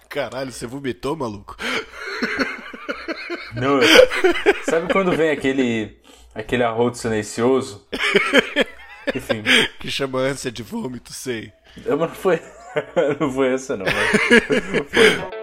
Caralho, você vomitou, maluco? Não, sabe quando vem aquele arroto silencioso? Enfim. Que chama ânsia de vômito, sei. Mas não foi. Não foi essa, não. Mas foi.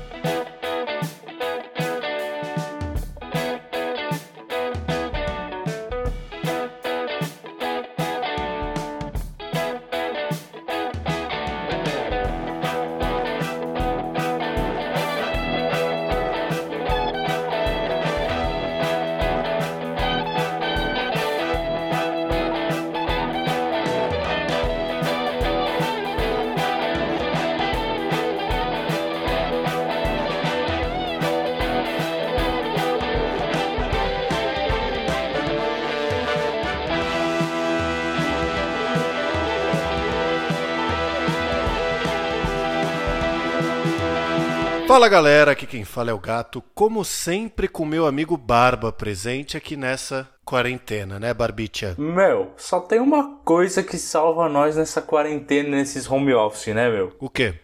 Fala galera, aqui quem fala é o Gato, como sempre com meu amigo Barba presente aqui nessa quarentena, né Barbicha? Meu, só tem uma coisa que salva nós nessa quarentena, nesses home office, né, meu? O quê?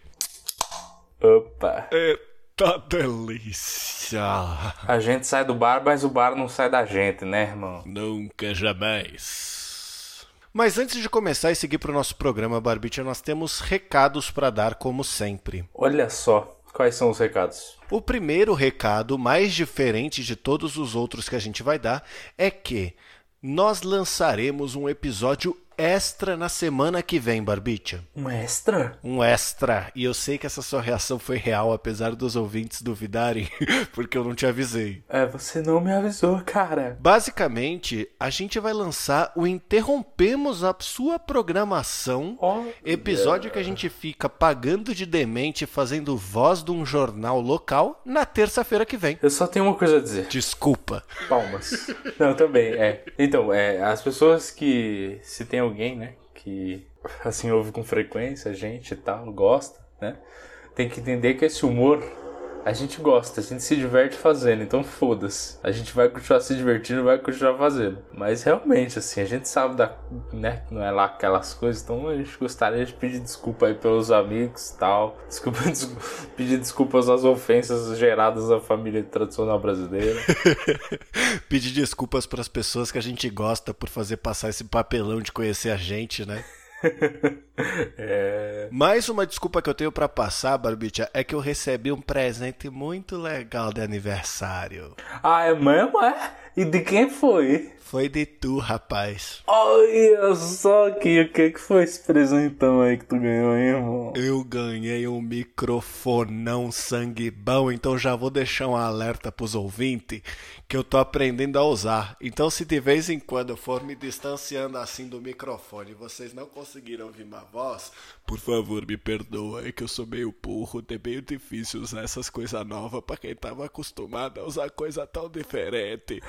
Opa! Eita delícia! A gente sai do bar, mas o bar não sai da gente, né, irmão? Nunca, jamais. Mas antes de começar e seguir pro nosso programa, Barbicha, nós temos recados para dar como sempre. Olha só. Quais são os recados? O primeiro recado, mais diferente de todos os outros que a gente vai dar, é que nós lançaremos um episódio extra na semana que vem, Barbicha. Um extra? Um extra. E eu sei que essa sua reação foi real, apesar dos ouvintes duvidarem, porque eu não te avisei. Você não me avisou, cara. Basicamente, a gente vai lançar o Interrompemos a Sua Programação, episódio que a gente fica pagando de demente fazendo voz de um jornal local na terça-feira que vem. Eu só tenho uma coisa a dizer. Desculpa. Palmas. Não, também, Então, as pessoas que... Se tem alguém, né, que assim ouve com frequência a gente e tal, gosta, né, tem que entender que esse humor a gente gosta, a gente se diverte fazendo, então foda-se, a gente vai continuar se divertindo, vai continuar fazendo, mas realmente assim, a gente sabe né, não é lá aquelas coisas, então a gente gostaria de pedir desculpa aí pelos amigos e tal, pedir desculpas às ofensas geradas à família tradicional brasileira. Pedir desculpas para as pessoas que a gente gosta por fazer passar esse papelão de conhecer a gente, né? Mais uma desculpa que eu tenho pra passar, Barbicha, é que eu recebi um presente muito legal de aniversário. É mesmo? E de quem foi? Foi de tu, rapaz. Olha só o que foi esse presentão aí que tu ganhou, hein, irmão? Eu ganhei um microfonão sangue bom, então já vou deixar um alerta pros ouvintes que eu tô aprendendo a usar. Então se de vez em quando eu for me distanciando assim do microfone e vocês não conseguiram ouvir minha voz, por favor me perdoa, é que eu sou meio burro, é meio difícil usar essas coisas novas pra quem tava acostumado a usar coisa tão diferente.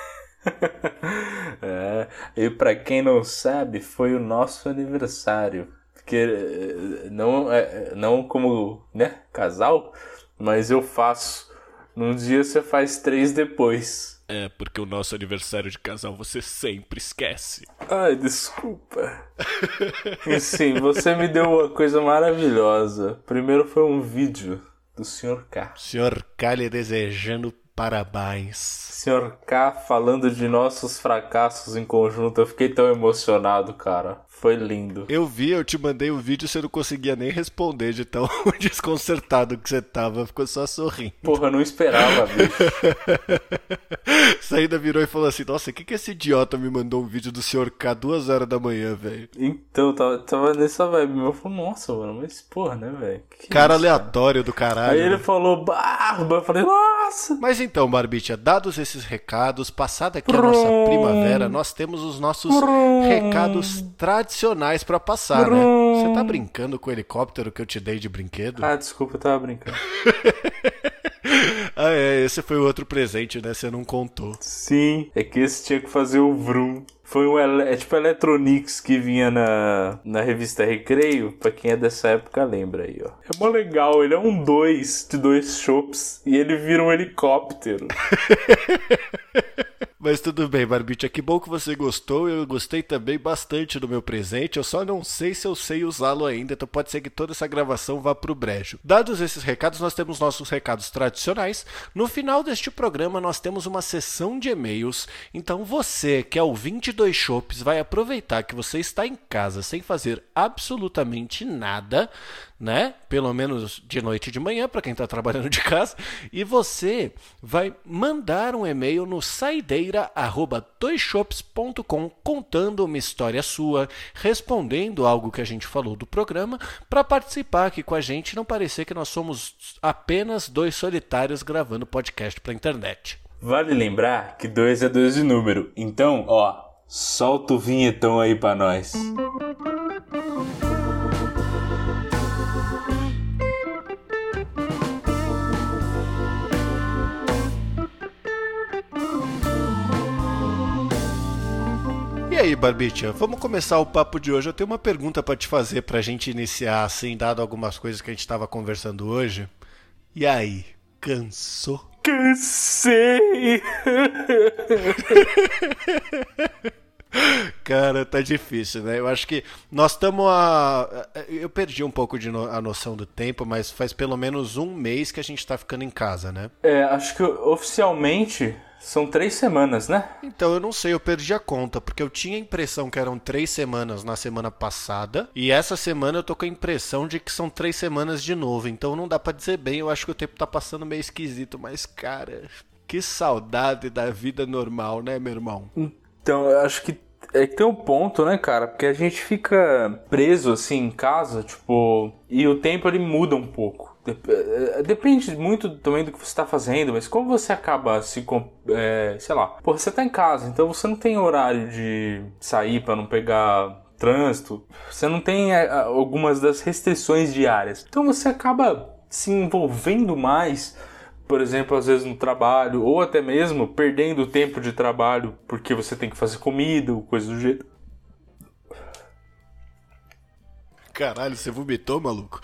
E pra quem não sabe, foi o nosso aniversário. Porque não como, né, casal, mas eu faço. Num dia você faz 3 depois. Porque o nosso aniversário de casal você sempre esquece. Ai, desculpa. E sim, você me deu uma coisa maravilhosa. Primeiro foi um vídeo do Sr. K. Sr. K lhe desejando parabéns. Sr. K falando de nossos fracassos em conjunto. Eu fiquei tão emocionado, cara. Foi lindo. Eu te mandei o vídeo e você não conseguia nem responder de tão desconcertado que você tava. Ficou só sorrindo. Porra, eu não esperava, bicho. Você ainda virou e falou assim, nossa, o que esse idiota me mandou um vídeo do Sr. K 2 horas da manhã, velho? Então, tava nessa vibe. Eu falei, nossa, mano, mas porra, né, velho? Cara isso, aleatório do caralho. Aí ele falou, Barba. Eu falei, nossa. Mas então, Barbicha, dados esses recados, passada aqui a nossa primavera, nós temos os nossos recados tradicionais pra passar, né? Você tá brincando com o helicóptero que eu te dei de brinquedo? Desculpa, eu tava brincando. Esse foi o outro presente, né? Você não contou. Sim, é que esse tinha que fazer o vroom. Foi tipo Electronics que vinha na revista Recreio. Pra quem é dessa época lembra aí, ó. É mó legal, ele é um 2 de 2 chopps e ele vira um helicóptero. Mas tudo bem, Barbicha, que bom que você gostou. Eu gostei também bastante do meu presente. Eu só não sei se eu sei usá-lo ainda, então pode ser que toda essa gravação vá pro brejo. Dados esses recados, nós temos nossos recados tradicionais. No final deste programa, nós temos uma sessão de e-mails. Então você, que é ouvinte do Shops, vai aproveitar que você está em casa sem fazer absolutamente nada, né? Pelo menos de noite e de manhã, para quem está trabalhando de casa. E você vai mandar um e-mail no saideira@doisshops.com contando uma história sua, respondendo algo que a gente falou do programa, para participar aqui com a gente e não parecer que nós somos apenas dois solitários gravando podcast para internet. Vale lembrar que 2 é 2 de número. Então, ó, solta o vinhetão aí para nós. E aí, Barbicha, vamos começar o papo de hoje. Eu tenho uma pergunta para te fazer pra gente iniciar, assim, dado algumas coisas que a gente estava conversando hoje. E aí, cansou? Cansei! Cara, tá difícil, né? Eu acho que nós estamos Eu perdi um pouco a noção do tempo, mas faz pelo menos um mês que a gente tá ficando em casa, né? Acho que oficialmente são 3 semanas, né? Então, eu não sei, eu perdi a conta, porque eu tinha a impressão que eram 3 semanas na semana passada, e essa semana eu tô com a impressão de que são 3 semanas de novo, então não dá pra dizer bem, eu acho que o tempo tá passando meio esquisito, mas, cara, que saudade da vida normal, né, meu irmão? Então, eu acho que tem um ponto, né, cara? Porque a gente fica preso, assim, em casa, tipo, e o tempo, ele muda um pouco. Depende muito também do que você está fazendo, mas como você acaba sei lá, pô, você tá em casa, então você não tem horário de sair para não pegar trânsito, você não tem algumas das restrições diárias, então você acaba se envolvendo mais, por exemplo, às vezes no trabalho, ou até mesmo perdendo tempo de trabalho porque você tem que fazer comida ou coisa do jeito. Caralho, você vomitou, maluco?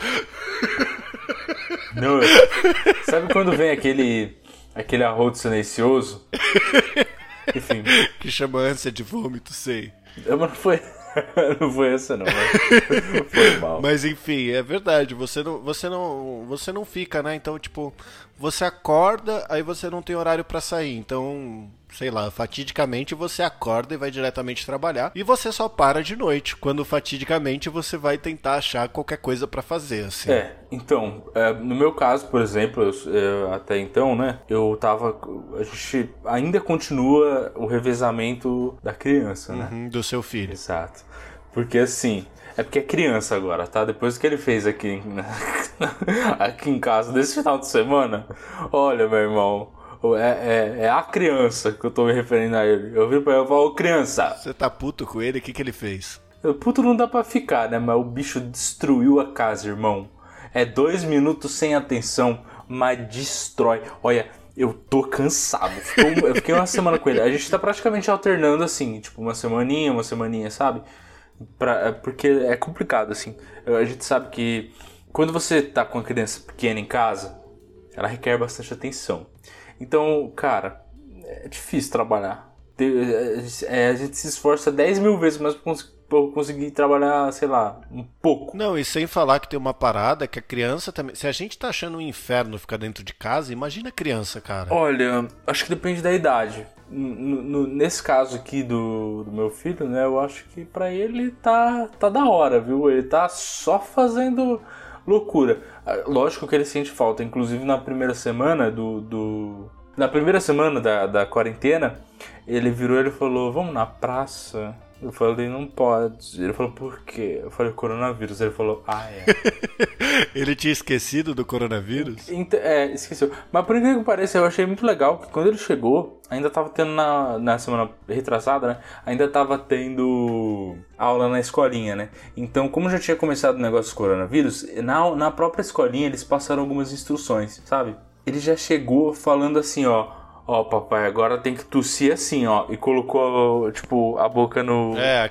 Não, sabe quando vem aquele arroto silencioso? Enfim. Que chama ânsia de vômito, sei. Não foi essa não, mas foi mal. Mas enfim, é verdade, você não fica, né? Então, tipo, você acorda, aí você não tem horário pra sair. Então, sei lá, fatidicamente você acorda e vai diretamente trabalhar. E você só para de noite, quando fatidicamente você vai tentar achar qualquer coisa pra fazer, assim. Então, no meu caso, por exemplo, até então, né, a gente ainda continua o revezamento da criança, né? Do seu filho. Exato. Porque assim, é porque é criança agora, tá? Depois que ele fez aqui em casa desse final de semana, olha, meu irmão, é a criança que eu tô me referindo a ele. Eu vi pra ele e falo, criança. Você tá puto com ele? O que ele fez? Puto não dá pra ficar, né? Mas o bicho destruiu a casa, irmão. É 2 minutos sem atenção, mas destrói. Olha, eu tô cansado. Eu fiquei uma semana com ele. A gente tá praticamente alternando assim, tipo, uma semaninha, sabe? Porque é complicado, assim. A gente sabe que quando você tá com uma criança pequena em casa, ela requer bastante atenção. Então, cara, é difícil trabalhar. A gente se esforça 10 mil vezes mais pra conseguir trabalhar, sei lá, um pouco. Não, e sem falar que tem uma parada que a criança também... Se a gente tá achando um inferno ficar dentro de casa, imagina a criança, cara. Olha, acho que depende da idade. Nesse caso aqui do meu filho, né, eu acho que pra ele tá da hora, viu? Ele tá só fazendo loucura. Lógico que ele sente falta, inclusive na primeira semana na primeira semana da quarentena, ele virou e falou, vamos na praça? Eu falei, não pode. Ele falou, por quê? Eu falei, coronavírus. Ele falou, é. Ele tinha esquecido do coronavírus? Esqueceu. Mas por incrível que pareça, eu achei muito legal que quando ele chegou, ainda tava tendo na semana retrasada, né? Ainda tava tendo aula na escolinha, né? Então, como já tinha começado o negócio do coronavírus, na própria escolinha eles passaram algumas instruções, sabe? Ele já chegou falando assim, ó, papai, agora tem que tossir assim, ó. E colocou, tipo, a boca no...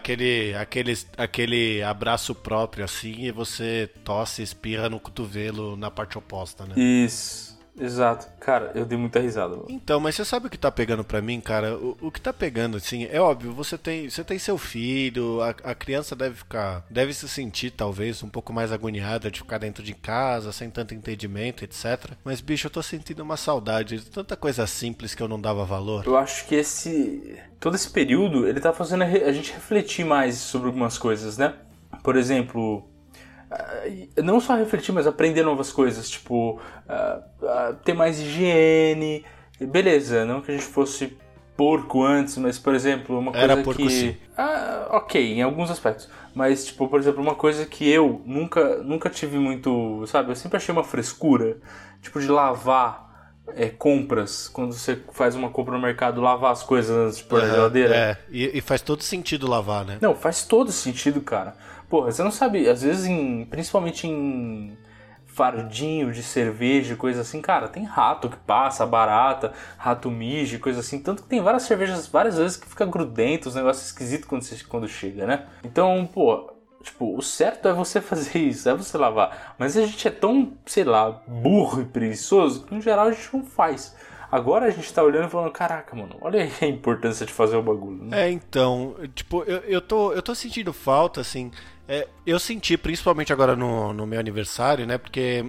aquele abraço próprio, assim, e você tosse e espirra no cotovelo na parte oposta, né? Isso. Exato. Cara, eu dei muita risada, mano. Então, mas você sabe o que tá pegando pra mim, cara? O que tá pegando, assim, é óbvio, você tem seu filho, a criança deve se sentir, talvez, um pouco mais agoniada de ficar dentro de casa, sem tanto entendimento, etc. Mas, bicho, eu tô sentindo uma saudade de tanta coisa simples que eu não dava valor. Eu acho que todo esse período, ele tá fazendo a gente refletir mais sobre algumas coisas, né? Por exemplo, não só refletir, mas aprender novas coisas, tipo, ter mais higiene. Beleza, não que a gente fosse porco antes, mas, por exemplo, uma coisa Era porco, sim. ok, em alguns aspectos. Mas, tipo, por exemplo, uma coisa que eu nunca tive muito, sabe? Eu sempre achei uma frescura, tipo, de lavar compras. Quando você faz uma compra no mercado, lavar as coisas antes de pôr na geladeira. E faz todo sentido lavar, né? Não, faz todo sentido, cara. Porra, você não sabe, às vezes, principalmente em fardinho de cerveja, coisa assim, cara, tem rato que passa, barata, rato mija, coisa assim. Tanto que tem várias cervejas, várias vezes que fica grudento, os negócios esquisitos quando chega, né? Então, pô, tipo, o certo é você fazer isso, é você lavar. Mas a gente é tão, sei lá, burro e preguiçoso que, em geral, a gente não faz. Agora a gente tá olhando e falando, caraca, mano, olha aí a importância de fazer o bagulho, né? Então, tipo, eu tô sentindo falta, assim. Eu senti, principalmente agora no meu aniversário, né? Porque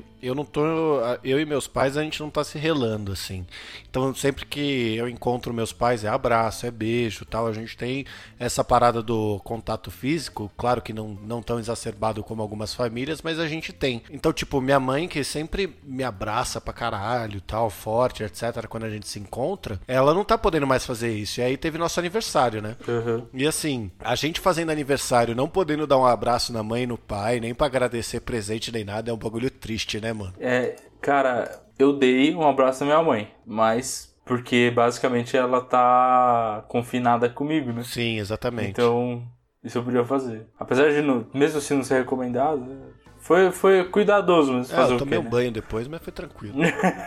eu e meus pais, a gente não tá se relando, assim. Então, sempre que eu encontro meus pais, é abraço, é beijo, tal. A gente tem essa parada do contato físico, claro que não tão exacerbado como algumas famílias, mas a gente tem. Então, tipo, minha mãe, que sempre me abraça pra caralho, tal, forte, etc, quando a gente se encontra, ela não tá podendo mais fazer isso. E aí teve nosso aniversário, né? Uhum. E assim, a gente fazendo aniversário, não podendo dar um abraço na mãe e no pai, nem pra agradecer presente nem nada, é um bagulho triste, né, mano? Cara, eu dei um abraço à minha mãe, mas porque basicamente ela tá confinada comigo, né? Sim, exatamente. Então, isso eu podia fazer. Apesar de, mesmo assim não ser recomendado, foi cuidadoso, mas fazer o quê? Eu tomei um né? banho depois, mas foi tranquilo.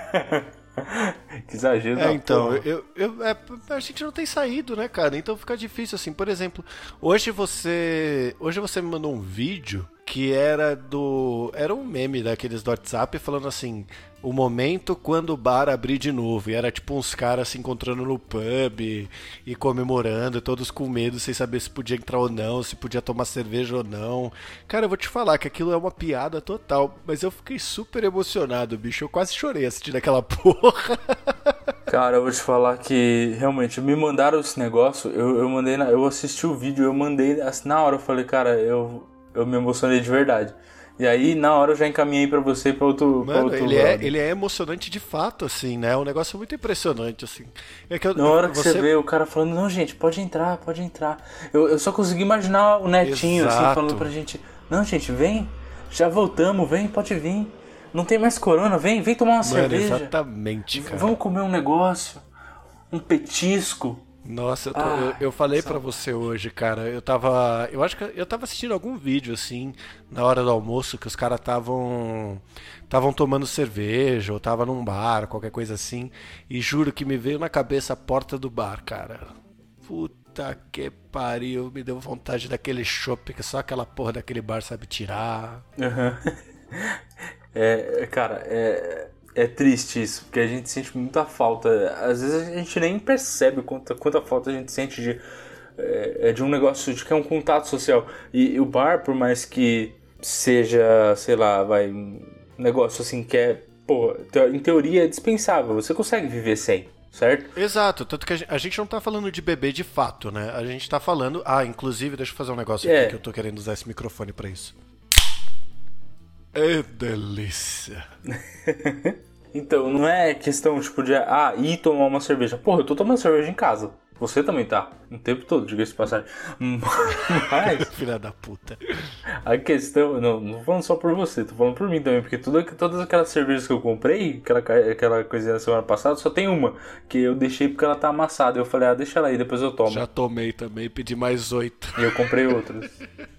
Que exagero. Então, a gente não tem saído, né, cara? Então fica difícil, assim. Por exemplo, hoje você me mandou um vídeo que era um meme daqueles do WhatsApp falando assim, o momento quando o bar abrir de novo. E era tipo uns caras se encontrando no pub e comemorando, todos com medo, sem saber se podia entrar ou não, se podia tomar cerveja ou não. Cara, eu vou te falar que aquilo é uma piada total, mas eu fiquei super emocionado, bicho. Eu quase chorei assistindo aquela porra. Cara, eu vou te falar que realmente me mandaram esse negócio, eu assisti o vídeo, eu mandei, assim, na hora eu falei, cara, eu me emocionei de verdade. E aí, na hora eu já encaminhei pra você pra outro Mano, lado. ele é emocionante de fato, assim, né? É um negócio muito impressionante, assim. Na hora que você vê o cara falando, não, gente, pode entrar, pode entrar. Eu só consegui imaginar o netinho, Exato. assim, falando pra gente, não, gente, vem, já voltamos, vem, pode vir. Não tem mais corona, vem tomar uma cerveja. Exatamente, cara. Vamos comer um negócio, um petisco. Nossa, eu falei pra você hoje, cara, eu acho que eu tava assistindo algum vídeo, assim, na hora do almoço, que os caras estavam tomando cerveja, ou tava num bar, qualquer coisa assim, e juro que me veio na cabeça a porta do bar, cara. Puta que pariu, me deu vontade daquele chopp que só aquela porra daquele bar sabe tirar. Uhum. Cara, é triste isso, porque a gente sente muita falta. Às vezes a gente nem percebe quanta falta a gente sente de um negócio que é um contato social. E o bar, por mais que seja, sei lá, um negócio assim que em teoria é dispensável, você consegue viver sem, certo? Exato, tanto que a gente não tá falando de beber de fato, né? A gente tá falando... inclusive, deixa eu fazer um negócio aqui que eu tô querendo usar esse microfone pra isso. É delícia. Então, não é questão tipo de ir tomar uma cerveja. Porra, eu tô tomando cerveja em casa. Você também tá. O tempo todo, diga-se de passagem. Mas... Filha da puta. A questão... Não tô falando só por você, tô falando por mim também. Porque todas aquelas cervejas que eu comprei, aquela coisinha da semana passada, só tem uma. Que eu deixei porque ela tá amassada. Eu falei, deixa ela aí, depois eu tomo. Já tomei também, pedi mais 8. E eu comprei outras.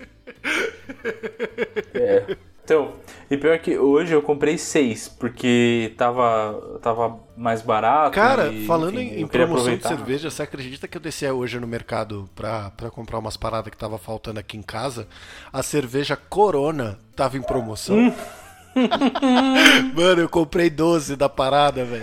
Então, e pior que hoje eu comprei 6, porque tava mais barato. Cara, e, falando enfim, em promoção de cerveja, você acredita que eu desci hoje no mercado pra comprar umas paradas que tava faltando aqui em casa? A cerveja Corona tava em promoção. Mano, eu comprei 12 da parada, velho.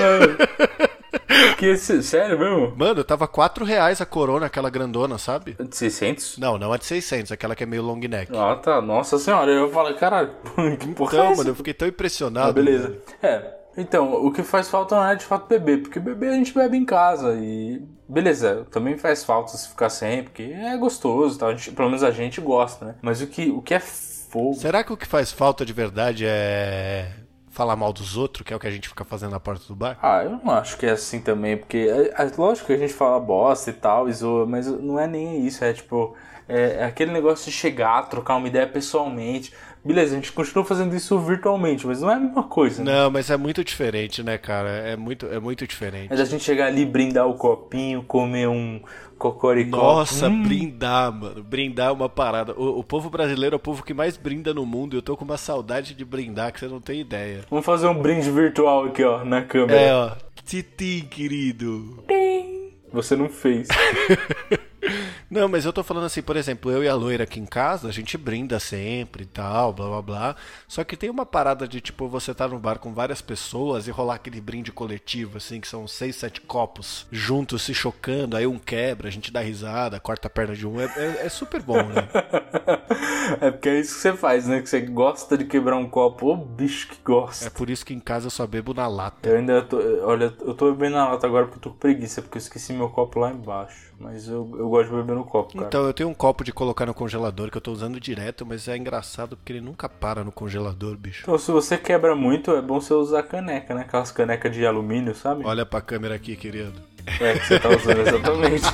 Sério mesmo? Mano, tava R$4 a Corona, aquela grandona, sabe? De 600? Não a de 600, aquela que é meio long neck. Ah, tá. Nossa senhora, eu falei, caralho, que porra é Então, essa? mano, eu fiquei tão impressionado. Beleza. Velho. Então, o que faz falta não é de fato beber, porque beber a gente bebe em casa e... Beleza, também faz falta se ficar sem, porque é gostoso, tá? Pelo menos a gente gosta, né? Mas o que é fogo... Será que o que faz falta de verdade é falar mal dos outros, que é o que a gente fica fazendo na porta do bar? Ah, eu não acho que é assim também, porque lógico que a gente fala bosta e tal, e zoa, mas não é nem isso, é tipo... É aquele negócio de chegar, trocar uma ideia pessoalmente. Beleza, a gente continua fazendo isso virtualmente, mas não é a mesma coisa, né? Não, mas é muito diferente, né, cara? É muito diferente. É da gente chegar ali, brindar o copinho, comer um cocoricó. Nossa, brindar, mano. Brindar é uma parada. O povo brasileiro é o povo que mais brinda no mundo e eu tô com uma saudade de brindar que você não tem ideia. Vamos fazer um brinde virtual aqui, ó, na câmera. É, ó. Titi, querido. Você não fez. Não, mas eu tô falando assim, por exemplo, eu e a loira aqui em casa, a gente brinda sempre e tal, blá blá blá. Só que tem uma parada de, tipo, você tá no bar com várias pessoas e rolar aquele brinde coletivo, assim, que são 6, 7 copos juntos se chocando, aí um quebra, a gente dá risada, corta a perna de um. É super bom, né? É porque é isso que você faz, né? Que você gosta de quebrar um copo. Ô, bicho que gosta. É por isso que em casa eu só bebo na lata. Olha, eu tô bebendo na lata agora porque eu tô com preguiça, porque eu esqueci meu copo lá embaixo. Mas eu gosto de beber no copo, cara. Então, eu tenho um copo de colocar no congelador que eu tô usando direto, mas é engraçado porque ele nunca para no congelador, bicho. Então, se você quebra muito, é bom você usar caneca, né? Aquelas canecas de alumínio, sabe? Olha pra câmera aqui, querido. É, que você tá usando exatamente.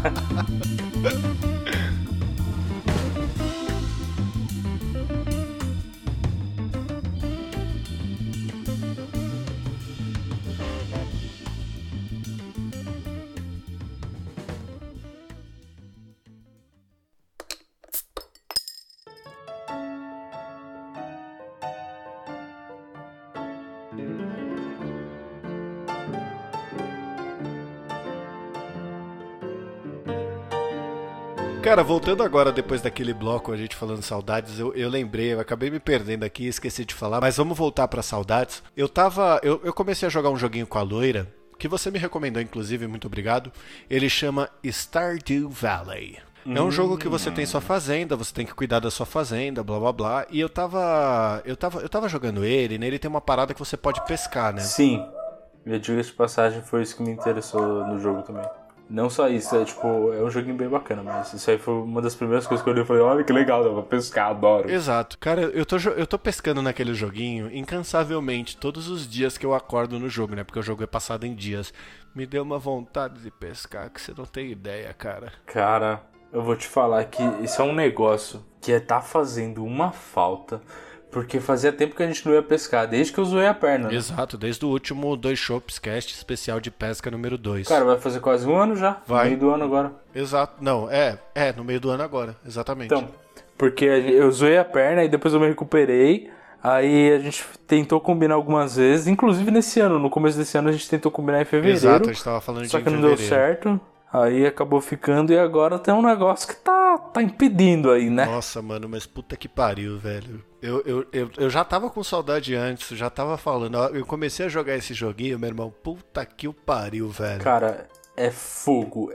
Cara, voltando agora depois daquele bloco, a gente falando saudades, eu lembrei, eu acabei me perdendo aqui, esqueci de falar, mas vamos voltar pra saudades. Eu comecei a jogar um joguinho com a loira, que você me recomendou, inclusive, muito obrigado. Ele chama Stardew Valley. É um jogo que você tem sua fazenda, você tem que cuidar da sua fazenda, blá blá blá. E eu tava jogando ele, nele tem uma parada que você pode pescar, né? Sim. E diga de passagem, foi isso que me interessou no jogo também. Não só isso, é um joguinho bem bacana, mas isso aí foi uma das primeiras coisas que eu olhei e falei, olha que legal, dá pra pescar, adoro. Exato. Cara, eu tô pescando naquele joguinho incansavelmente, todos os dias que eu acordo no jogo, né? Porque o jogo é passado em dias. Me deu uma vontade de pescar que você não tem ideia, cara. Cara, eu vou te falar que isso é um negócio que tá fazendo uma falta... Porque fazia tempo que a gente não ia pescar, desde que eu zoei a perna, né? Exato, desde o último Dois Chopps Cast especial de pesca número 2. Cara, vai fazer quase um ano já, vai. No meio do ano agora. Exato, não, no meio do ano agora, exatamente. Então, porque eu zoei a perna e depois eu me recuperei, aí a gente tentou combinar algumas vezes, inclusive nesse ano, no começo desse ano a gente tentou combinar em fevereiro. Exato, a gente tava falando só que não deu certo. Aí acabou ficando e agora tem um negócio que tá impedindo aí, né? Nossa, mano, mas puta que pariu, velho. Eu já tava com saudade antes, já tava falando. Eu comecei a jogar esse joguinho, meu irmão, puta que o pariu, velho. Cara, é fogo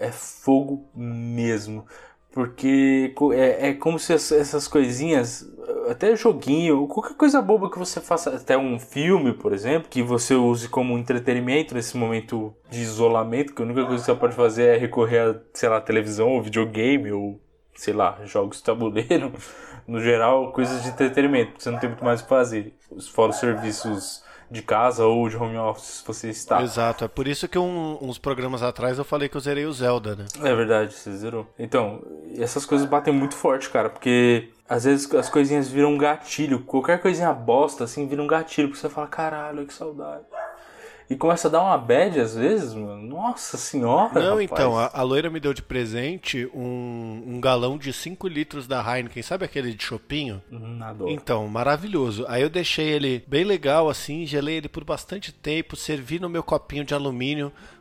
mesmo. Porque é como se essas coisinhas, até joguinho, qualquer coisa boba que você faça, até um filme, por exemplo, que você use como entretenimento nesse momento de isolamento, que a única coisa que você pode fazer é recorrer a, sei lá, televisão ou videogame ou, sei lá, jogos de tabuleiro, no geral, coisas de entretenimento, porque você não tem muito mais o que fazer, fora os serviços de casa ou de home office, se você está. Exato, é por isso que uns programas atrás eu falei que eu zerei o Zelda, né? É verdade, você zerou. Então, essas coisas batem muito forte, cara, porque às vezes as coisinhas viram um gatilho, qualquer coisinha bosta, assim, vira um gatilho, porque você fala, caralho, que saudade. E começa a dar uma bad às vezes, mano. Nossa senhora, não, rapaz. Então, a loira me deu de presente um galão de 5 litros da Heineken. Sabe aquele de chopinho? Adoro. Então, maravilhoso. Aí eu deixei ele bem legal, assim, gelei ele por bastante tempo, servi no meu copinho de alumínio.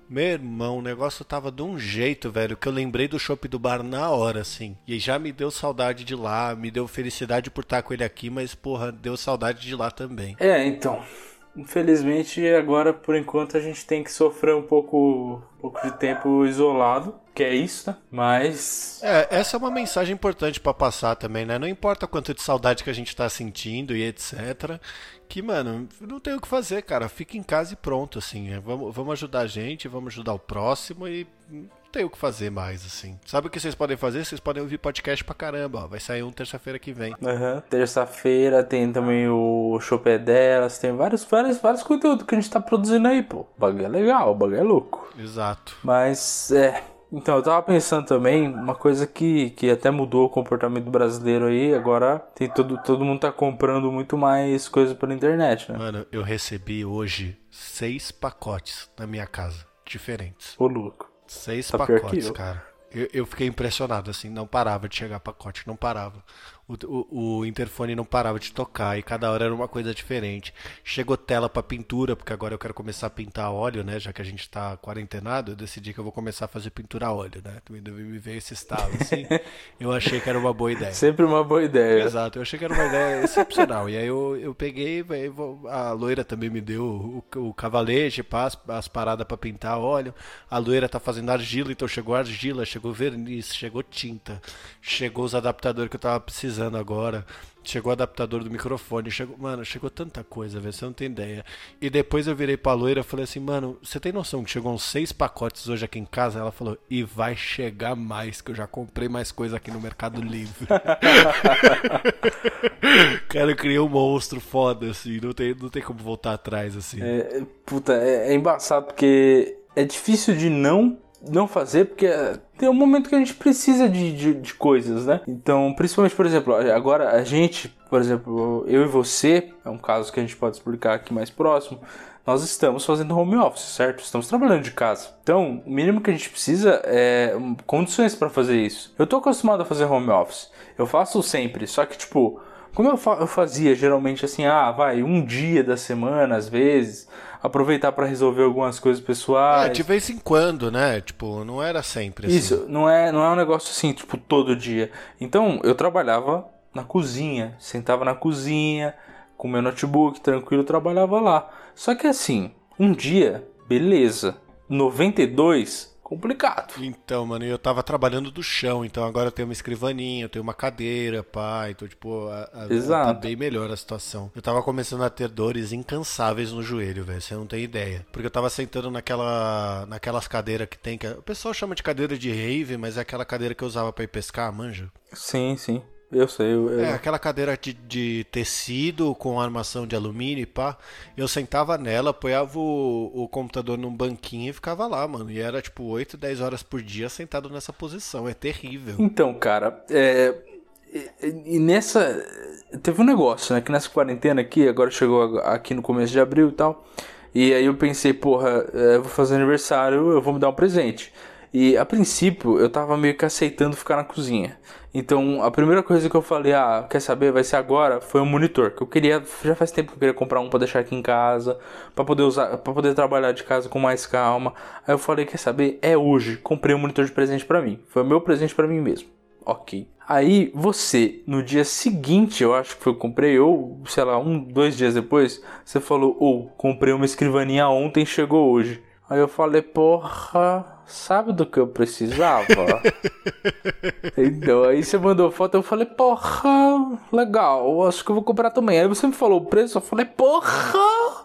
Meu irmão, o negócio tava de um jeito, velho, que eu lembrei do chopp do bar na hora, assim. E já me deu saudade de lá, me deu felicidade por estar com ele aqui, mas, porra, deu saudade de lá também. Então... Infelizmente, agora, por enquanto, a gente tem que sofrer um pouco de tempo isolado, que é isso, né? Mas... essa é uma mensagem importante pra passar também, né? Não importa quanto de saudade que a gente tá sentindo e etc. Que, mano, não tem o que fazer, cara. Fica em casa e pronto, assim. Vamos ajudar a gente, vamos ajudar o próximo e... Não tem o que fazer mais, assim. Sabe o que vocês podem fazer? Vocês podem ouvir podcast pra caramba, ó. Vai sair terça-feira que vem. Terça-feira tem também o Chopé delas, tem vários conteúdos que a gente tá produzindo aí, pô. O bagulho é legal, o bagulho é louco. Exato. Mas, então, eu tava pensando também, uma coisa que até mudou o comportamento brasileiro aí, agora tem todo mundo tá comprando muito mais coisa pela internet, né? Mano, eu recebi hoje 6 pacotes na minha casa, diferentes. Ô, louco. 6 pacotes, cara. Eu fiquei impressionado, assim, não parava de chegar pacote, não parava. O interfone não parava de tocar e cada hora era uma coisa diferente. Chegou tela pra pintura, porque agora eu quero começar a pintar a óleo, né? Já que a gente tá quarentenado, eu decidi que eu vou começar a fazer pintura a óleo, né? Me veio esse estalo, assim. Eu achei que era uma boa ideia. Sempre uma boa ideia. Exato, eu achei que era uma ideia excepcional. E aí eu peguei, a loira também me deu o cavalete, as paradas pra pintar óleo. A loira tá fazendo argila, então chegou argila, chegou verniz, chegou tinta, chegou os adaptadores que eu tava precisando agora, chegou o adaptador do microfone, chegou tanta coisa, velho, você não tem ideia. E depois eu virei pra loira e falei assim, mano, você tem noção que chegou uns 6 pacotes hoje aqui em casa? Ela falou, e vai chegar mais, que eu já comprei mais coisa aqui no Mercado Livre. Cara, eu criei um monstro foda, assim, não tem como voltar atrás, assim. É embaçado, porque é difícil de não fazer, porque tem um momento que a gente precisa de coisas, né? Então, principalmente, por exemplo, agora a gente, por exemplo, eu e você, é um caso que a gente pode explicar aqui mais próximo, nós estamos fazendo home office, certo? Estamos trabalhando de casa. Então, o mínimo que a gente precisa é condições para fazer isso. Eu tô acostumado a fazer home office, eu faço sempre, só que, tipo, como eu fazia geralmente assim, um dia da semana, às vezes, aproveitar para resolver algumas coisas pessoais. De vez em quando, né? Tipo, não era sempre assim. Isso, não é um negócio assim, tipo, todo dia. Então, eu trabalhava na cozinha, sentava na cozinha, com meu notebook, tranquilo, trabalhava lá. Só que assim, um dia, beleza. 92, complicado. Então, mano, eu tava trabalhando do chão, então agora eu tenho uma escrivaninha, eu tenho uma cadeira, pá, então, tipo, tá bem melhor a situação. Eu tava começando a ter dores incansáveis no joelho, velho, você não tem ideia. Porque eu tava sentando naquelas cadeiras que tem, o pessoal chama de cadeira de rave, mas é aquela cadeira que eu usava pra ir pescar, manja? Sim, sim. Eu sei. Aquela cadeira de tecido com armação de alumínio e pá. Eu sentava nela, apoiava o computador num banquinho e ficava lá, mano. E era tipo 8, 10 horas por dia sentado nessa posição. É terrível. Então, cara, e nessa... Teve um negócio, né? Que nessa quarentena aqui, agora chegou aqui no começo de abril e tal. E aí eu pensei, porra, eu vou fazer aniversário, eu vou me dar um presente. E a princípio eu tava meio que aceitando ficar na cozinha. Então a primeira coisa que eu falei, quer saber, vai ser agora, foi um monitor. Que eu queria, já faz tempo que eu queria comprar um pra deixar aqui em casa, pra poder usar, pra poder trabalhar de casa com mais calma. Aí eu falei, quer saber, é hoje, comprei um monitor de presente pra mim. Foi o meu presente pra mim mesmo. Ok. Aí você, no dia seguinte, eu acho que foi eu comprei, ou sei lá, 2 dias depois, você falou, comprei uma escrivaninha ontem, chegou hoje. Aí eu falei, porra, sabe do que eu precisava? Então, aí você mandou foto, eu falei, porra, legal, acho que eu vou comprar também. Aí você me falou o preço, eu falei, porra,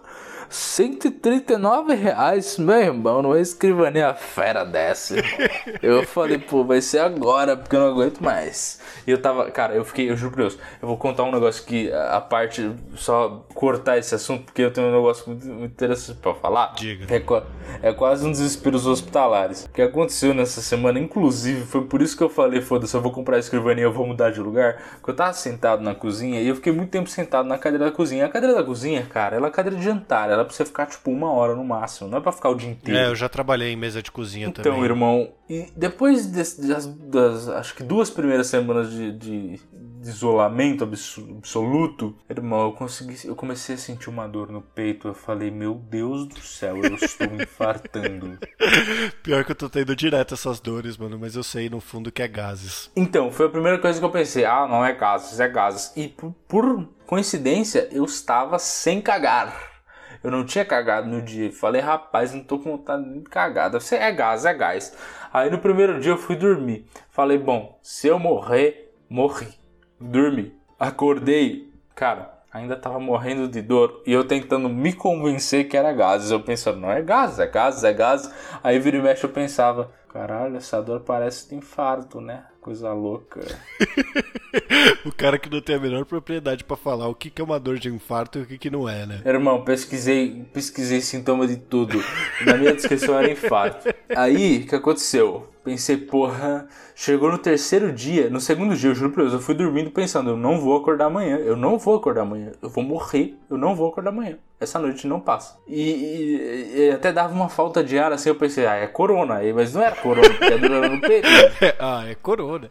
R$139, meu irmão, não é escrivaninha fera dessa. Eu falei, pô, vai ser agora, porque eu não aguento mais. E eu tava, cara, eu juro por Deus, eu vou contar um negócio que, a parte, só cortar esse assunto, porque eu tenho um negócio muito interessante pra falar. Diga. É quase um desespero hospitalares. O que aconteceu nessa semana, inclusive, foi por isso que eu falei, foda-se, eu vou comprar a escrivaninha, eu vou mudar de lugar. Porque eu tava sentado na cozinha e eu fiquei muito tempo sentado na cadeira da cozinha. A cadeira da cozinha, cara, ela é cadeira de jantar, ela dá pra você ficar tipo 1 hora no máximo, não é pra ficar o dia inteiro. Eu já trabalhei em mesa de cozinha também. Então, irmão, e depois das acho que 2 primeiras semanas de isolamento absoluto, irmão, eu comecei a sentir uma dor no peito. Eu falei, meu Deus do céu, eu estou infartando. Pior que eu tô tendo direto essas dores, mano, mas eu sei no fundo que é gases. Então, foi a primeira coisa que eu pensei, não é gases, é gases. E por coincidência, eu estava sem cagar. Eu não tinha cagado no dia. Falei, rapaz, não tô com vontade de cagar. Deve ser, é gás. Aí no primeiro dia eu fui dormir. Falei, bom, se eu morrer, morri. Dormi. Acordei, cara, ainda tava morrendo de dor. E eu tentando me convencer que era gases. Eu pensando, não é gases, é gases, é gases. Aí vira e mexe eu pensava, caralho, essa dor parece de infarto, né? Coisa louca. O cara que não tem a menor propriedade pra falar o que é uma dor de infarto e o que não é, né? Irmão, pesquisei sintoma de tudo. Na minha descrição era infarto. Aí, o que aconteceu? Pensei, porra, chegou no terceiro dia, no segundo dia, eu juro pra Deus, eu fui dormindo pensando, eu não vou acordar amanhã, eu vou morrer, eu não vou acordar amanhã. Essa noite não passa. E até dava uma falta de ar, assim, eu pensei, é corona, mas não era corona, porque é dor no peito. Né? É corona.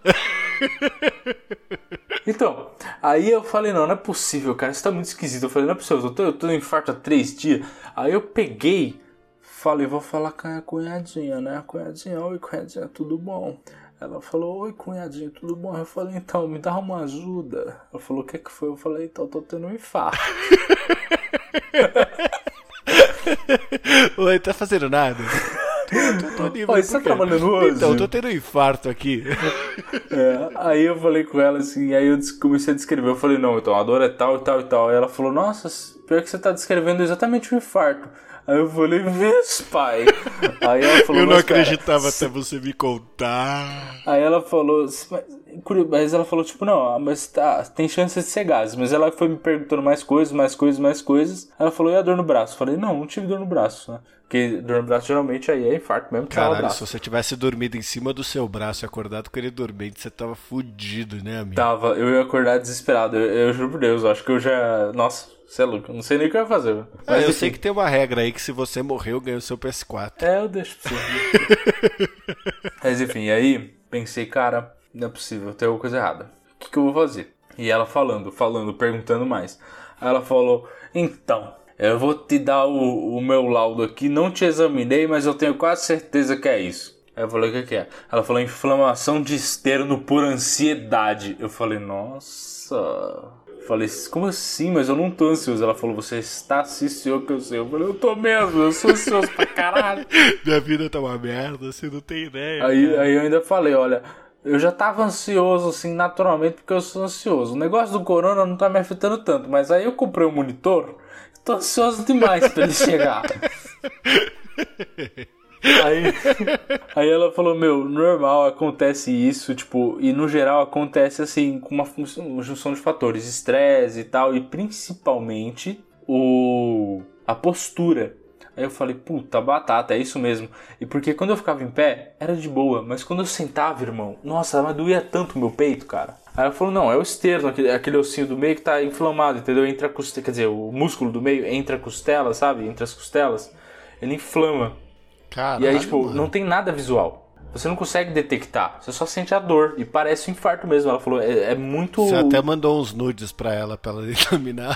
Então, aí eu falei, não é possível, cara, isso tá muito esquisito. Eu falei, não é possível, eu tô no infarto há 3 dias. Aí eu peguei, falei, vou falar com a cunhadinha, né? Cunhadinha, oi cunhadinha, tudo bom? Ela falou, oi cunhadinha, tudo bom? Eu falei, então, me dá uma ajuda. Ela falou, o que foi? Eu falei, então, tô tendo um infarto. Oi, tá fazendo nada? Tô livre. Oi, você tá trabalhando hoje? Então, tô tendo um infarto aqui. Aí eu falei com ela assim, aí eu comecei a descrever. Eu falei, não, então a dor é tal e tal e tal. Aí ela falou, nossa, pior que você tá descrevendo exatamente o infarto. Aí eu falei, vês, pai. Aí ela falou, eu não acreditava até você me contar. Aí ela falou, mas ela falou, tipo, não, mas tá, tem chance de ser gases. Mas ela foi me perguntando mais coisas. Aí ela falou, e a dor no braço? Eu falei, não tive dor no braço, né? Porque dor no braço geralmente aí é infarto mesmo. Caralho, se você tivesse dormido em cima do seu braço e acordado com ele dormente, você tava fudido, né, amigo? Tava, eu ia acordar desesperado. Eu juro por Deus, eu acho que eu já... Nossa, você é louco, eu não sei nem o que eu ia fazer. Mas eu sei que tem uma regra aí que se você morrer, eu ganho o seu PS4. Eu deixo pra você. Mas enfim, aí pensei, cara, não é possível, tem alguma coisa errada. O que eu vou fazer? E ela falando, perguntando mais. Aí ela falou, então... Eu vou te dar o meu laudo aqui, não te examinei, mas eu tenho quase certeza que é isso. Aí eu falei, o que é? Ela falou, inflamação de externo por ansiedade. Eu falei, nossa... Eu falei, como assim? Mas eu não tô ansioso. Ela falou, você está senhor que eu sei. Eu falei, eu tô mesmo, eu sou ansioso pra caralho. Minha vida tá uma merda, você não tem ideia. Aí eu ainda falei, olha... Eu já tava ansioso, assim, naturalmente, porque eu sou ansioso. O negócio do corona não tá me afetando tanto, mas aí eu comprei um monitor... Tô ansioso demais pra ele chegar. Aí ela falou, meu, normal, acontece isso, tipo, e no geral acontece assim, com uma junção de fatores, estresse e tal, e principalmente a postura. Aí eu falei, puta, batata, é isso mesmo. E porque quando eu ficava em pé, era de boa, mas quando eu sentava, irmão, nossa, mas doía tanto o meu peito, cara. Aí ela falou, não, é o externo, aquele ossinho do meio que tá inflamado, entendeu? Entre a costela, quer dizer, o músculo do meio entre a costela, sabe? Entre as costelas, ele inflama. Caralho, e aí, tipo, mano, não tem nada visual. Você não consegue detectar, você só sente a dor e parece um infarto mesmo. Ela falou, é muito... Você até mandou uns nudes pra ela examinar.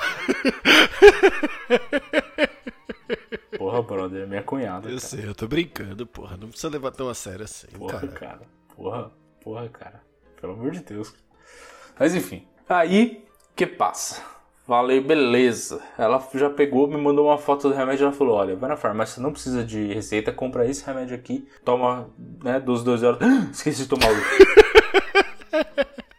Porra, brother, é minha cunhada. Eu sei, eu tô brincando, porra. Não precisa levar tão a sério assim, porra, cara. Porra, cara. Pelo amor de Deus. Mas enfim. Aí, que passa? Falei, beleza. Ela já pegou, me mandou uma foto do remédio. Ela falou, olha, vai na farmácia, não precisa de receita. Compra esse remédio aqui. Toma, né, 12 horas. Esqueci de tomar o...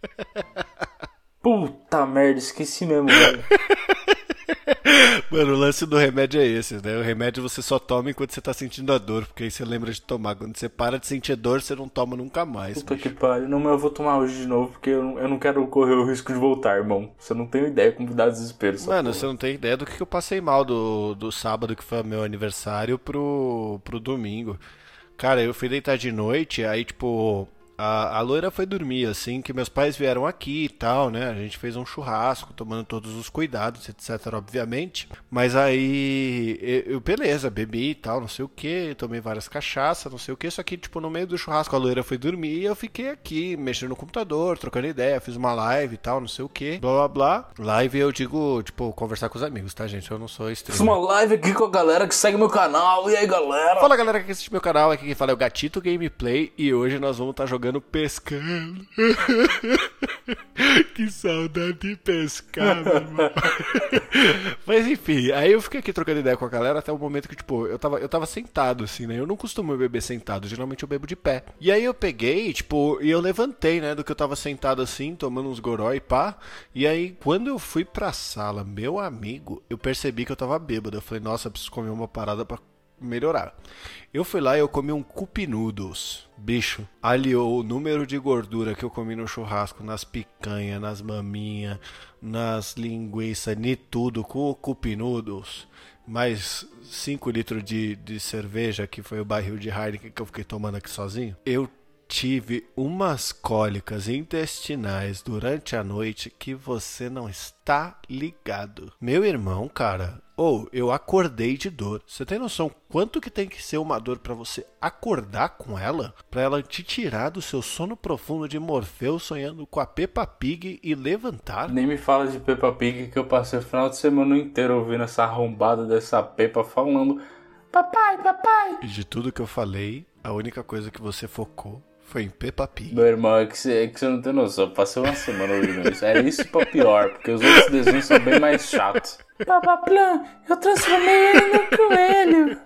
Puta merda, esqueci mesmo, velho. Mano, o lance do remédio é esse, né? O remédio você só toma enquanto você tá sentindo a dor, porque aí você lembra de tomar. Quando você para de sentir dor, você não toma nunca mais. Puta que pariu. Não, mas eu vou tomar hoje de novo, porque eu não quero correr o risco de voltar, irmão. Você não tem ideia como dá desespero. Mano, você não tem ideia do que eu passei mal do sábado, que foi meu aniversário, pro domingo. Cara, eu fui deitar de noite, aí tipo... a loira foi dormir, assim, que meus pais vieram aqui e tal, né? A gente fez um churrasco, tomando todos os cuidados, etc, obviamente. Mas aí, beleza, bebi e tal, não sei o que, tomei várias cachaças, não sei o que. Só que, tipo, no meio do churrasco a loira foi dormir e eu fiquei aqui, mexendo no computador, trocando ideia, fiz uma live e tal, não sei o que, blá blá blá. Live eu digo, tipo, conversar com os amigos, tá, gente? Eu não sou streamer. Fiz uma live aqui com a galera que segue meu canal. E aí, galera? Fala, galera que assiste meu canal, aqui quem fala é o Gatito Gameplay e hoje nós vamos estar jogando pescando. Que saudade de pescar, meu irmão. Mas enfim, aí eu fiquei aqui trocando ideia com a galera até o momento que, tipo, eu tava sentado, assim, né? Eu não costumo beber sentado, geralmente eu bebo de pé. E aí eu peguei, tipo, e eu levantei, né, do que eu tava sentado assim, tomando uns goró e pá. E aí, quando eu fui pra sala, meu amigo, eu percebi que eu tava bêbado. Eu falei, nossa, eu preciso comer uma parada pra melhorar. Eu fui lá e eu comi um Cup Noodles. Bicho, aliou o número de gordura que eu comi no churrasco, nas picanhas, nas maminhas, nas linguiças, nem tudo, com o Cup Noodles. Mais 5 litros de cerveja, que foi o barril de Heineken que eu fiquei tomando aqui sozinho. Eu tive umas cólicas intestinais durante a noite que você não está ligado. Meu irmão, cara, eu acordei de dor. Você tem noção quanto que tem que ser uma dor pra você acordar com ela? Pra ela te tirar do seu sono profundo de Morfeu sonhando com a Peppa Pig e levantar? Nem me fala de Peppa Pig, que eu passei o final de semana inteiro ouvindo essa arrombada dessa Peppa falando papai, papai. E de tudo que eu falei, a única coisa que você focou foi em Peppa Pig. Meu irmão, é que você não tem noção. Eu passei uma semana ouvindo isso. É isso pra pior, porque os outros desenhos são bem mais chatos. Papaplan, eu transformei ele no coelho.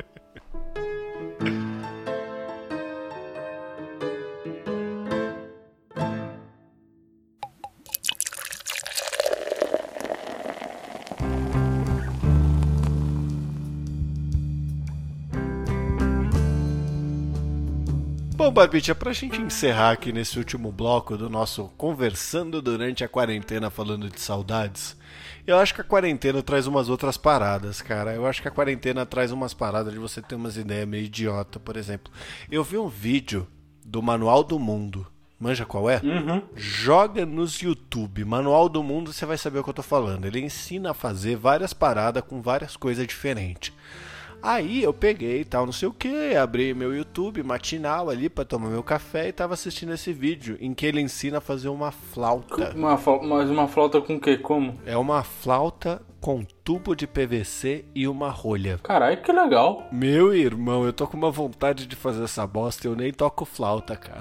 Bom, Barbicha, pra gente encerrar aqui nesse último bloco do nosso Conversando Durante a Quarentena falando de saudades, eu acho que a quarentena traz umas outras paradas, cara. Eu acho que a quarentena traz umas paradas de você ter umas ideias meio idiota, por exemplo. Eu vi um vídeo do Manual do Mundo. Manja qual é? Uhum. Joga nos YouTube. Manual do Mundo, você vai saber o que eu tô falando. Ele ensina a fazer várias paradas com várias coisas diferentes. Aí eu peguei e tal, não sei o que, abri meu YouTube matinal ali pra tomar meu café e tava assistindo esse vídeo em que ele ensina a fazer uma flauta. Mas uma flauta com o quê? Como? É uma flauta com tubo de PVC e uma rolha. Caralho, que legal. Meu irmão, eu tô com uma vontade de fazer essa bosta e eu nem toco flauta, cara.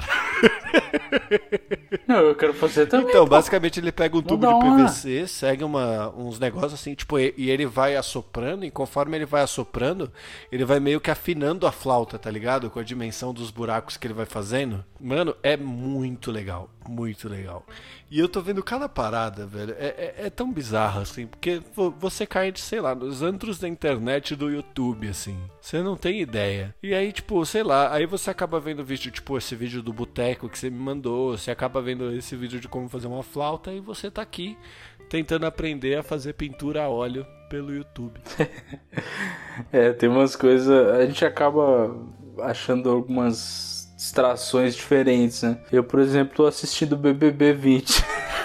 Não, eu quero fazer também. Então, pô. basicamente ele pega um tubo de PVC, segue uns negócios assim, tipo, e ele vai assoprando, e conforme ele vai assoprando, ele vai meio que afinando a flauta, tá ligado? Com a dimensão dos buracos que ele vai fazendo. Mano, é muito legal, muito legal. E eu tô vendo cada parada, velho, é tão bizarro, assim, porque você cai, sei lá, nos antros da internet do YouTube, assim. Você não tem ideia. E aí, tipo, sei lá, aí você acaba vendo vídeo, tipo, esse vídeo do boteco que você me mandou, você acaba vendo esse vídeo de como fazer uma flauta e você tá aqui tentando aprender a fazer pintura a óleo pelo YouTube. Tem umas coisas, a gente acaba achando algumas distrações diferentes, né? Eu, por exemplo, tô assistindo o BBB 20.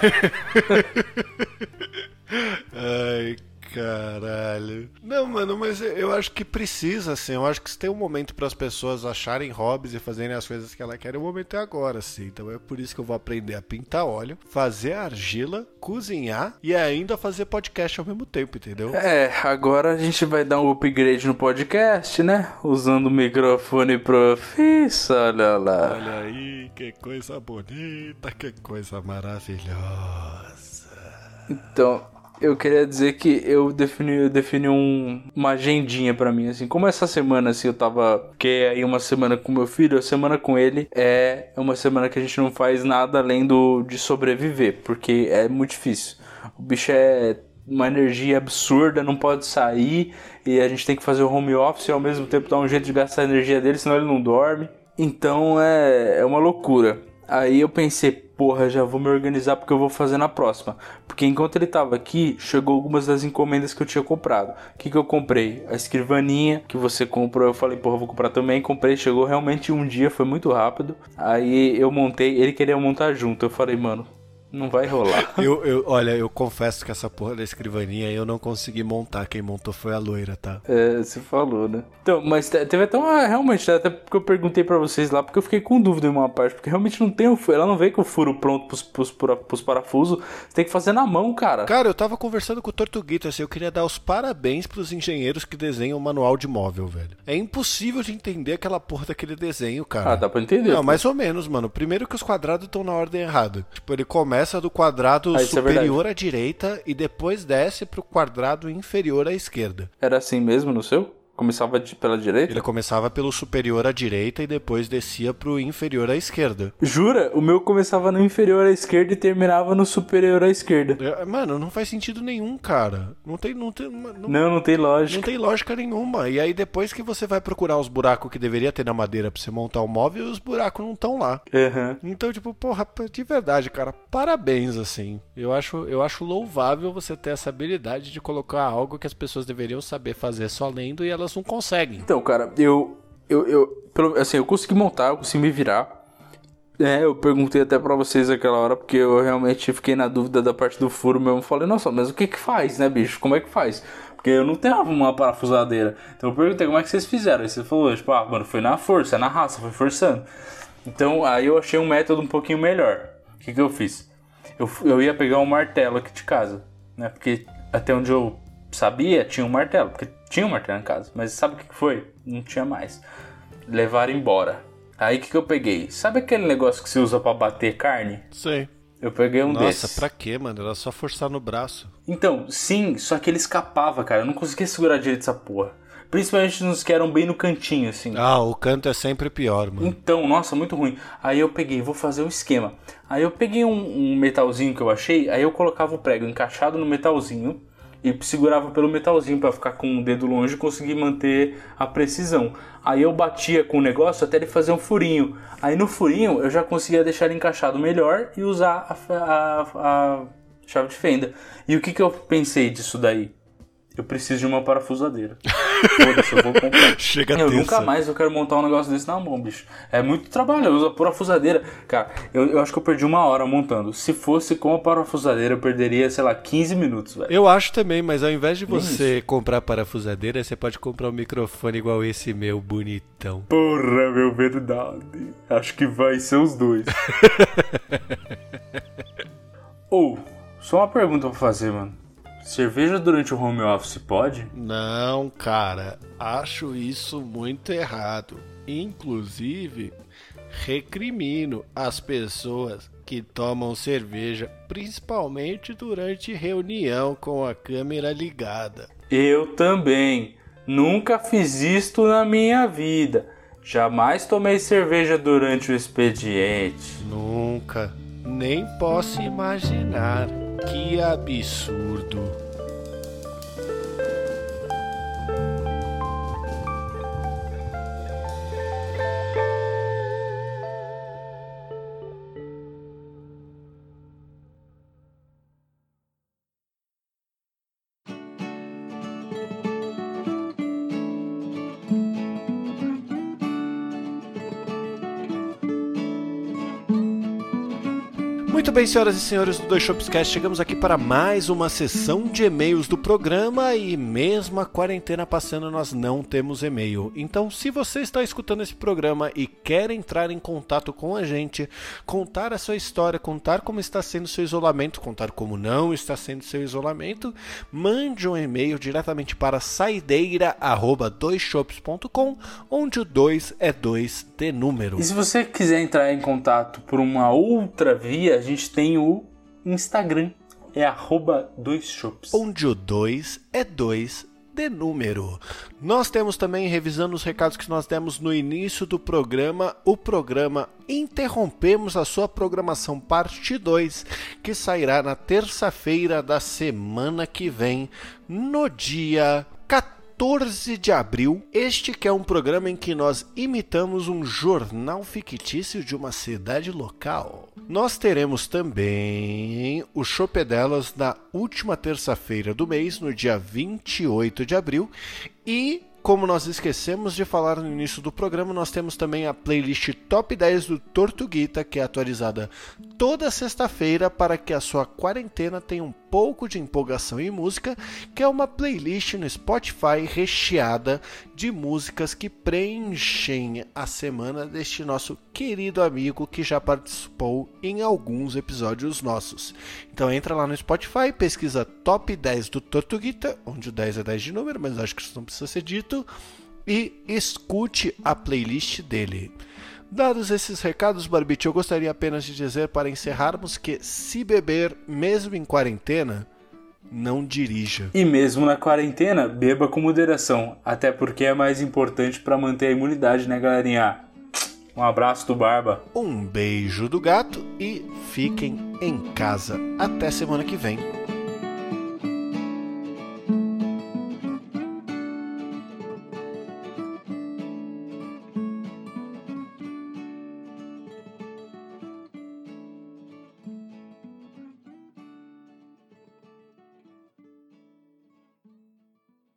Ai, caralho. Não, mano, mas eu acho que precisa, assim. Eu acho que se tem um momento para as pessoas acharem hobbies e fazerem as coisas que ela quer, o momento é agora, assim. Então é por isso que eu vou aprender a pintar óleo, fazer argila, cozinhar e ainda fazer podcast ao mesmo tempo, entendeu? Agora a gente vai dar um upgrade no podcast, né? Usando o microfone profissa, olha lá. Olha aí, que coisa bonita, que coisa maravilhosa. Então, eu queria dizer que eu defini uma agendinha pra mim, assim. Como essa semana, assim, eu tava... Que é aí uma semana com meu filho, a semana com ele é uma semana que a gente não faz nada além de sobreviver, porque é muito difícil. O bicho é uma energia absurda, não pode sair, e a gente tem que fazer o home office e ao mesmo tempo dar um jeito de gastar a energia dele, senão ele não dorme. Então é uma loucura. Aí eu pensei, porra, já vou me organizar porque eu vou fazer na próxima. Porque enquanto ele tava aqui, chegou algumas das encomendas que eu tinha comprado. O que eu comprei? A escrivaninha que você comprou, eu falei, porra, eu vou comprar também. Comprei, chegou realmente um dia, foi muito rápido. Aí eu montei, ele queria montar junto. Eu falei, mano, não vai rolar. Olha, eu confesso que essa porra da escrivaninha eu não consegui montar. Quem montou foi a loira, tá? É, você falou, né? Então, mas teve até uma... Realmente, até porque eu perguntei pra vocês lá, porque eu fiquei com dúvida em uma parte. Porque realmente não tem o furo. Ela não veio com o furo pronto pros parafusos. Você tem que fazer na mão, cara. Cara, eu tava conversando com o Tortuguito, assim, eu queria dar os parabéns pros engenheiros que desenham o manual de móvel, velho. É impossível de entender aquela porra daquele desenho, cara. Ah, dá pra entender. Não, mais ou menos, mano. Primeiro que os quadrados estão na ordem errada. Tipo, ele começa do quadrado superior à direita e depois desce pro quadrado inferior à esquerda. Era assim mesmo no seu? Começava pela direita? Ele começava pelo superior à direita e depois descia pro inferior à esquerda. Jura? O meu começava no inferior à esquerda e terminava no superior à esquerda. Mano, não faz sentido nenhum, cara. Não tem lógica. Não tem lógica nenhuma. E aí depois que você vai procurar os buracos que deveria ter na madeira pra você montar o móvel, os buracos não estão lá. Uhum. Então, tipo, porra, de verdade, cara, parabéns, assim. Eu acho louvável você ter essa habilidade de colocar algo que as pessoas deveriam saber fazer só lendo e elas não conseguem. Então, cara, eu consegui montar, eu consegui me virar. Eu perguntei até pra vocês aquela hora, porque eu realmente fiquei na dúvida da parte do furo mesmo. Falei, nossa, mas o que faz, né, bicho? Como é que faz? Porque eu não tenho uma parafusadeira. Então eu perguntei, como é que vocês fizeram? Aí você falou, tipo, mano, foi na força, na raça, foi forçando. Então aí eu achei um método um pouquinho melhor. O que eu fiz? Eu ia pegar um martelo aqui de casa, né? Porque até onde eu sabia, tinha um martelo. Porque tinha um martelo em casa. Mas sabe o que foi? Não tinha mais. Levaram embora. Aí o que eu peguei? Sabe aquele negócio que você usa pra bater carne? Sei. Eu peguei um desses. Nossa, pra quê, mano? Era só forçar no braço. Então, sim, só que ele escapava, cara. Eu não conseguia segurar direito essa porra. Principalmente nos que eram bem no cantinho, assim. O canto é sempre pior, mano. Então, nossa, muito ruim. Aí eu peguei, vou fazer um esquema. Aí eu peguei um metalzinho que eu achei, aí eu colocava o prego encaixado no metalzinho e segurava pelo metalzinho pra ficar com o dedo longe e conseguir manter a precisão. Aí eu batia com o negócio até ele fazer um furinho. Aí no furinho eu já conseguia deixar ele encaixado melhor e usar a chave de fenda. E o que eu pensei disso daí? Eu preciso de uma parafusadeira. Foda-se, eu vou comprar. Chega eu nunca mais eu quero montar um negócio desse na mão, bicho. É muito trabalhoso. A parafusadeira, cara, eu acho que eu perdi 1 hora montando. Se fosse com a parafusadeira, eu perderia, sei lá, 15 minutos, velho. Eu acho também, mas ao invés de você comprar parafusadeira, você pode comprar um microfone igual esse meu, bonitão. Porra, meu, verdade. Acho que vai ser os dois. Só uma pergunta pra fazer, mano. Cerveja durante o home office pode? Não, cara. Acho isso muito errado. Inclusive, recrimino as pessoas que tomam cerveja, principalmente durante reunião com a câmera ligada. Eu também. Nunca fiz isto na minha vida. Jamais tomei cerveja durante o expediente. Nunca. Nem posso imaginar. Que absurdo. Muito bem, senhoras e senhores do Dois Shopscast, chegamos aqui para mais uma sessão de e-mails do programa e mesmo a quarentena passando, nós não temos e-mail. Então, se você está escutando esse programa e quer entrar em contato com a gente, contar a sua história, contar como está sendo seu isolamento, contar como não está sendo seu isolamento, mande um e-mail diretamente para saideira@doisshops.com, onde o 2 é 2 de número. E se você quiser entrar em contato por uma outra via, a gente tem o Instagram, é @doisshops. Onde o 2 é 2 de número. Nós temos também, revisando os recados que nós demos no início do programa, o programa Interrompemos a Sua Programação Parte 2, que sairá na terça-feira da semana que vem, no dia 14 14 de abril, este que é um programa em que nós imitamos um jornal fictício de uma cidade local. Nós teremos também o Chopedelas na última terça-feira do mês, no dia 28 de abril, e como nós esquecemos de falar no início do programa, nós temos também a playlist Top 10 do Tortuguita, que é atualizada toda sexta-feira para que a sua quarentena tenha um pouco de empolgação em música, que é uma playlist no Spotify recheada de músicas que preenchem a semana deste nosso querido amigo que já participou em alguns episódios nossos. Então entra lá no Spotify, pesquisa Top 10 do Tortuguita, onde o 10 é 10 de número, mas acho que isso não precisa ser dito, e escute a playlist dele. Dados esses recados, Barbite, eu gostaria apenas de dizer para encerrarmos que se beber mesmo em quarentena, não dirija. E mesmo na quarentena, beba com moderação, até porque é mais importante para manter a imunidade, né, galerinha? Um abraço do Barba. Um beijo do gato e fiquem em casa. Até semana que vem.